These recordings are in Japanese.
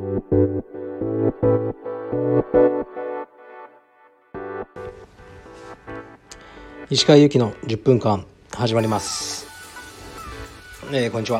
石川祐希の10分間始まります。こんにちは。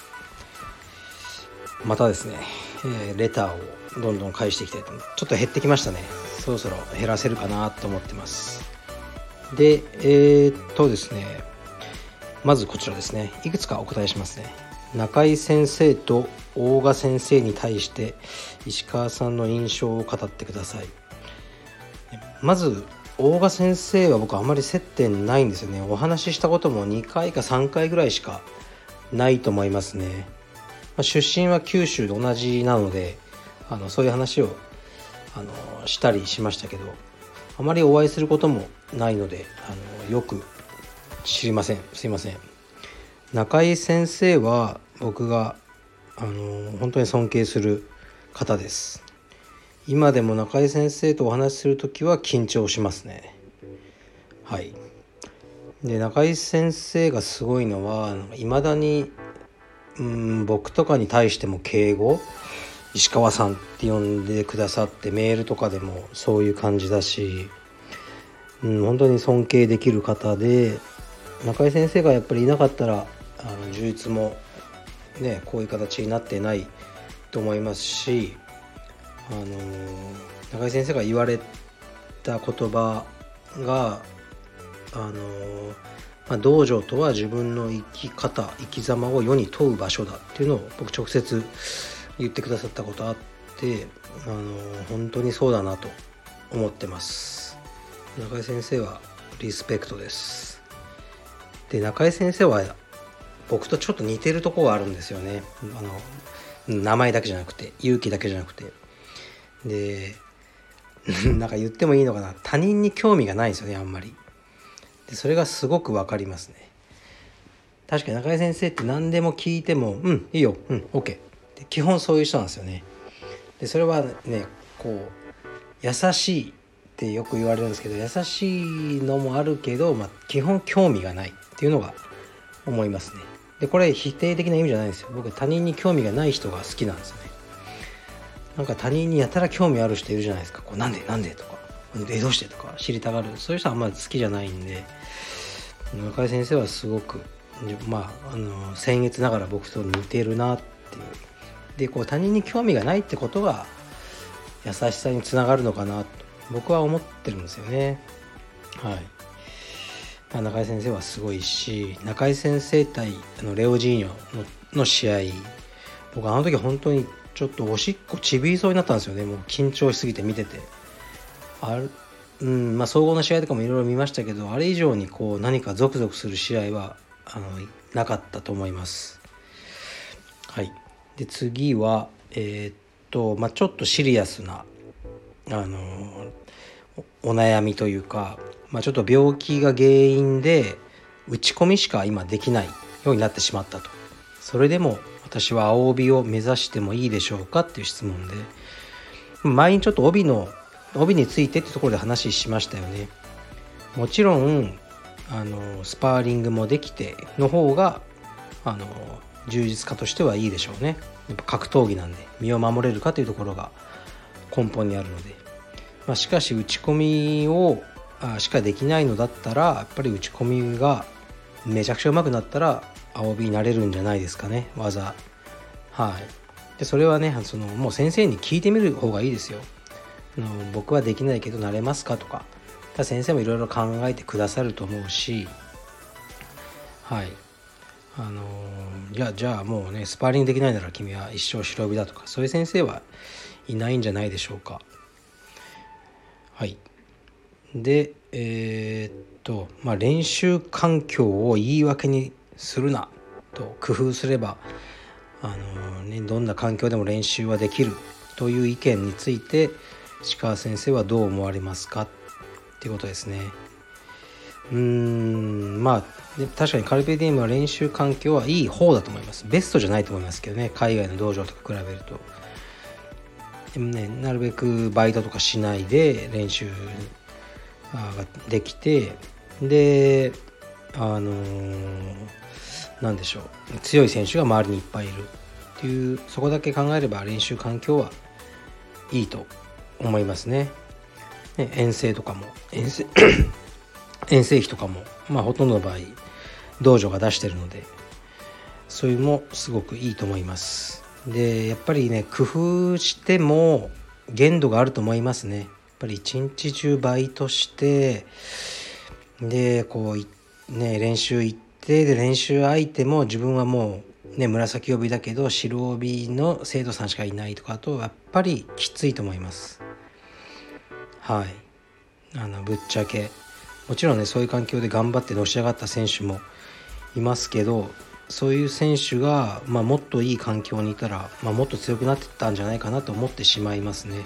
またですね、レターをどんどん返していきたいと思う。ちょっと減ってきましたね。そろそろ減らせるかなと思ってます。で、ですね、まずこちらですね、いくつかお答えしますね。中井先生と大賀先生に対して石川さんの印象を語ってください。まず大賀先生は僕あまり接点ないんですよね。お話ししたことも2回か3回ぐらいしかないと思いますね。出身は九州で同じなのでそういう話をしたりしましたけど、あまりお会いすることもないのでよく知りません。すいません。中井先生は僕が本当に尊敬する方です。今でも中井先生とお話しするときは緊張しますね。はい。で、中井先生がすごいのは未だに僕とかに対しても敬語、石川さんって呼んでくださって、メールとかでもそういう感じだし、本当に尊敬できる方で、中井先生がやっぱりいなかったら充実もねこういう形になってないと思いますし、中井先生が言われた言葉が道場とは自分の生き方生き様を世に問う場所だっていうのを僕直接言ってくださったことあって、本当にそうだなと思ってます。中井先生はリスペクトです。で、中井先生は僕とちょっと似てるところがあるんですよね。名前だけじゃなくて、勇気だけじゃなくて、でなんか言ってもいいのかな、他人に興味がないんですよね、あんまり。でそれがすごくわかりますね。確かに中井先生って何でも聞いてもいいよOK って基本そういう人なんですよね。でそれはねこう優しいってよく言われるんですけど、優しいのもあるけど、基本興味がないっていうのが思いますね。でこれ否定的な意味じゃないんですよ。僕他人に興味がない人が好きなんですよね。なんか他人にやたら興味ある人いるじゃないですか。こうなんでとかどうしてとか知りたがる、そういう人はあんまり好きじゃないんで、中井先生はすごく僭越ながら僕と似てるなっていう。でこう他人に興味がないってことが優しさにつながるのかなと僕は思ってるんですよね。はい。中井先生はすごいし、中井先生対レオジーニョの試合、僕あの時本当にちょっとおしっこちびりそうになったんですよね。もう緊張しすぎて見てて、総合の試合とかもいろいろ見ましたけど、あれ以上にこう何かゾクゾクする試合はなかったと思います。はい。で次はちょっとシリアスなお悩みというか、ちょっと病気が原因で打ち込みしか今できないようになってしまったと。それでも私は青帯を目指してもいいでしょうかっていう質問で、前にちょっと帯についてってところで話しましたよね。もちろんスパーリングもできての方が充実家としてはいいでしょうね。やっぱ格闘技なんで身を守れるかというところが根本にあるので、しかし打ち込みをしかできないのだったら、やっぱり打ち込みがめちゃくちゃ上手くなったら青帯になれるんじゃないですかね、技。はい。でそれはねもう先生に聞いてみる方がいいですよ。僕はできないけどなれますかとか、先生もいろいろ考えてくださると思うし、はい。じゃあもうねスパーリングできないなら君は一生白帯だとか、そういう先生はいないんじゃないでしょうか。はい。で練習環境を言い訳にするなと工夫すればどんな環境でも練習はできるという意見について石川先生はどう思われますかっていうことですね。確かにカルペディウムは練習環境はいい方だと思います。ベストじゃないと思いますけどね、海外の道場とか比べると。でもね、なるべくバイトとかしないで練習ができて、でなんでしょう、強い選手が周りにいっぱいいるっっていう、そこだけ考えれば練習環境はいいと思いますね。遠征とかも遠征遠征費とかもほとんどの場合道場が出してるので、そういうのもすごくいいと思います。でやっぱりね、工夫しても限度があると思いますね。やっぱり一日中バイトして、で練習行って、で練習相手も自分はもうね紫帯だけど白帯の生徒さんしかいないとかとやっぱりきついと思います。はい、ぶっちゃけもちろんね、そういう環境で頑張ってのし上がった選手もいますけど、そういう選手が、もっといい環境にいたら、もっと強くなってったんじゃないかなと思ってしまいますね。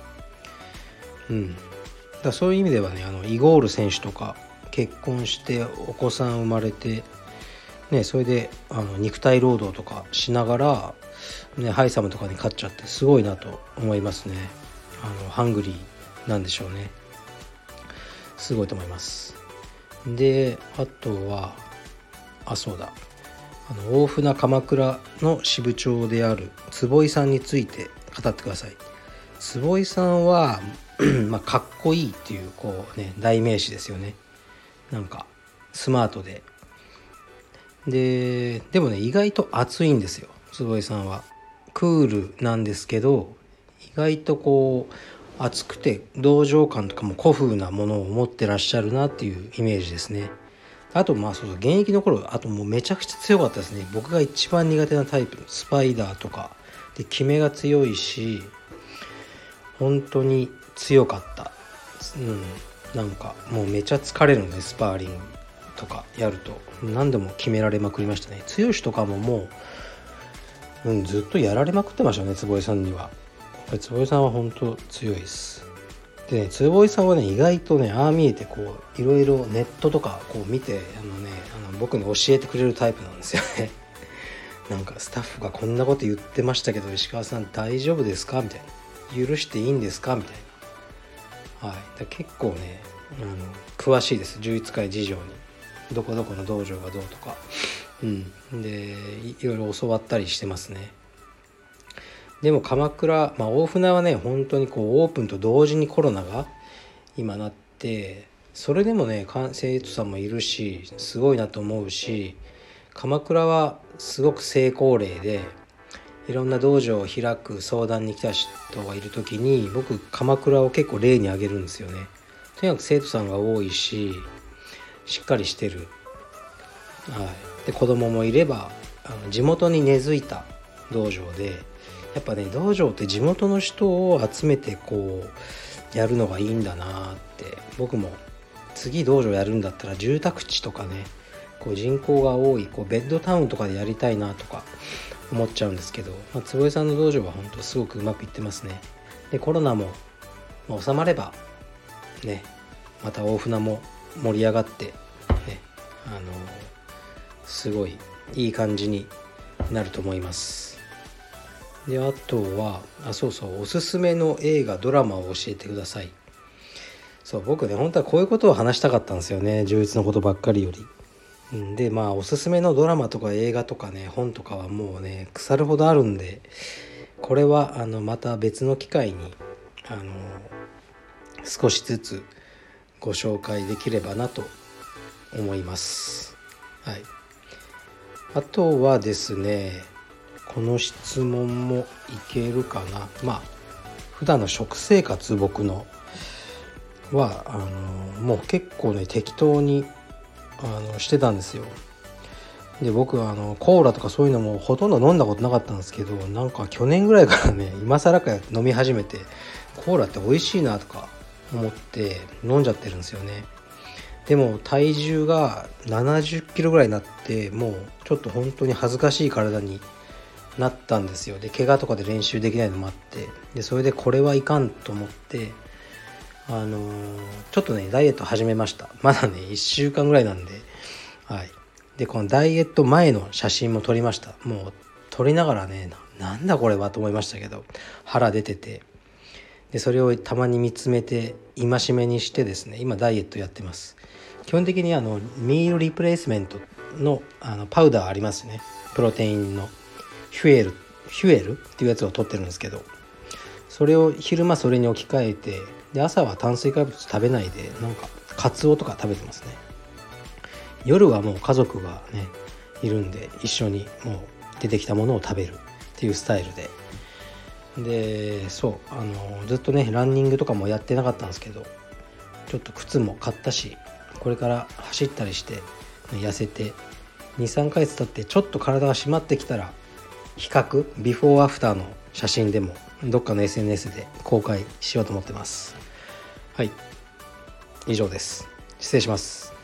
だからそういう意味ではね、イゴール選手とか結婚してお子さん生まれて、それで肉体労働とかしながら、ハイサムとかに勝っちゃってすごいなと思いますね。ハングリーなんでしょうね。すごいと思います。であとはそうだ、大船鎌倉の支部長である坪井さんについて語ってください。坪井さんはかっこいいっていう代名詞ですよね。なんかスマートでもね、意外と熱いんですよ。坪井さんはクールなんですけど、意外と熱くて同情感とかも古風なものを持ってらっしゃるなっていうイメージですね。あとそう現役の頃、あともうめちゃくちゃ強かったですね。僕が一番苦手なタイプ、スパイダーとかで決めが強いし、本当に強かった。なんかもうめちゃ疲れるのね、スパーリングとかやると何でも決められまくりましたね。剛とかももう、ずっとやられまくってましたね、坪井さんには。坪井さんは本当強いです。でね、坪井さんはね、意外とね、ああ見えていろいろネットとか見て僕に教えてくれるタイプなんですよね。なんかスタッフがこんなこと言ってましたけど、石川さん大丈夫ですかみたいな、許していいんですかみたいな。だ結構ね、詳しいです。柔術界事情に、どこどこの道場がどうとか、でいろいろ教わったりしてますね。でも鎌倉、大船はね、本当にオープンと同時にコロナが今なって、それでもね生徒さんもいるし、すごいなと思うし、鎌倉はすごく成功例で、いろんな道場を開く相談に来た人がいる時に、僕鎌倉を結構例に挙げるんですよね。とにかく生徒さんが多いし、しっかりしてる。で子供もいれば、地元に根付いた道場で、やっぱね、道場って地元の人を集めてやるのがいいんだなって。僕も次道場やるんだったら住宅地とかね、人口が多いベッドタウンとかでやりたいなとか思っちゃうんですけど、坪井さんの道場は本当すごくうまくいってますね。でコロナも収まればね、また大船も盛り上がってね、すごいいい感じになると思います。であとはおすすめの映画ドラマを教えてください。僕ね、本当はこういうことを話したかったんですよね、充実のことばっかりより。でおすすめのドラマとか映画とかね、本とかはもうね腐るほどあるんで、これはまた別の機会に少しずつご紹介できればなと思います。あとはですね、この質問もいけるかな。普段の食生活、僕のはもう結構ね適当にしてたんですよ。で僕はコーラとかそういうのもほとんど飲んだことなかったんですけど、なんか去年ぐらいからね、今更か飲み始めて、コーラって美味しいなとか思って飲んじゃってるんですよね。でも体重が70キロぐらいになって、もうちょっと本当に恥ずかしい体になったんですよ。で怪我とかで練習できないのもあって、でそれでこれはいかんと思って、ちょっとねダイエット始めました。まだね1週間ぐらいなんで、でこのダイエット前の写真も撮りました。もう撮りながらね、なんだこれはと思いましたけど、腹出てて、でそれをたまに見つめて戒めにしてですね、今ダイエットやってます。基本的にミールリプレイスメントのパウダーありますね、プロテインのフュエルフュエルっていうやつを取ってるんですけど、それを昼間それに置き換えて、で朝は炭水化物食べないでなんかカツオとか食べてますね。夜はもう家族がねいるんで、一緒にもう出てきたものを食べるっていうスタイルで、そうずっとねランニングとかもやってなかったんですけど、ちょっと靴も買ったし、これから走ったりして痩せて 2,3 ヶ月経ってちょっと体が締まってきたら、比較ビフォーアフターの写真でもどっかの SNS で公開しようと思ってます。はい、以上です。失礼します。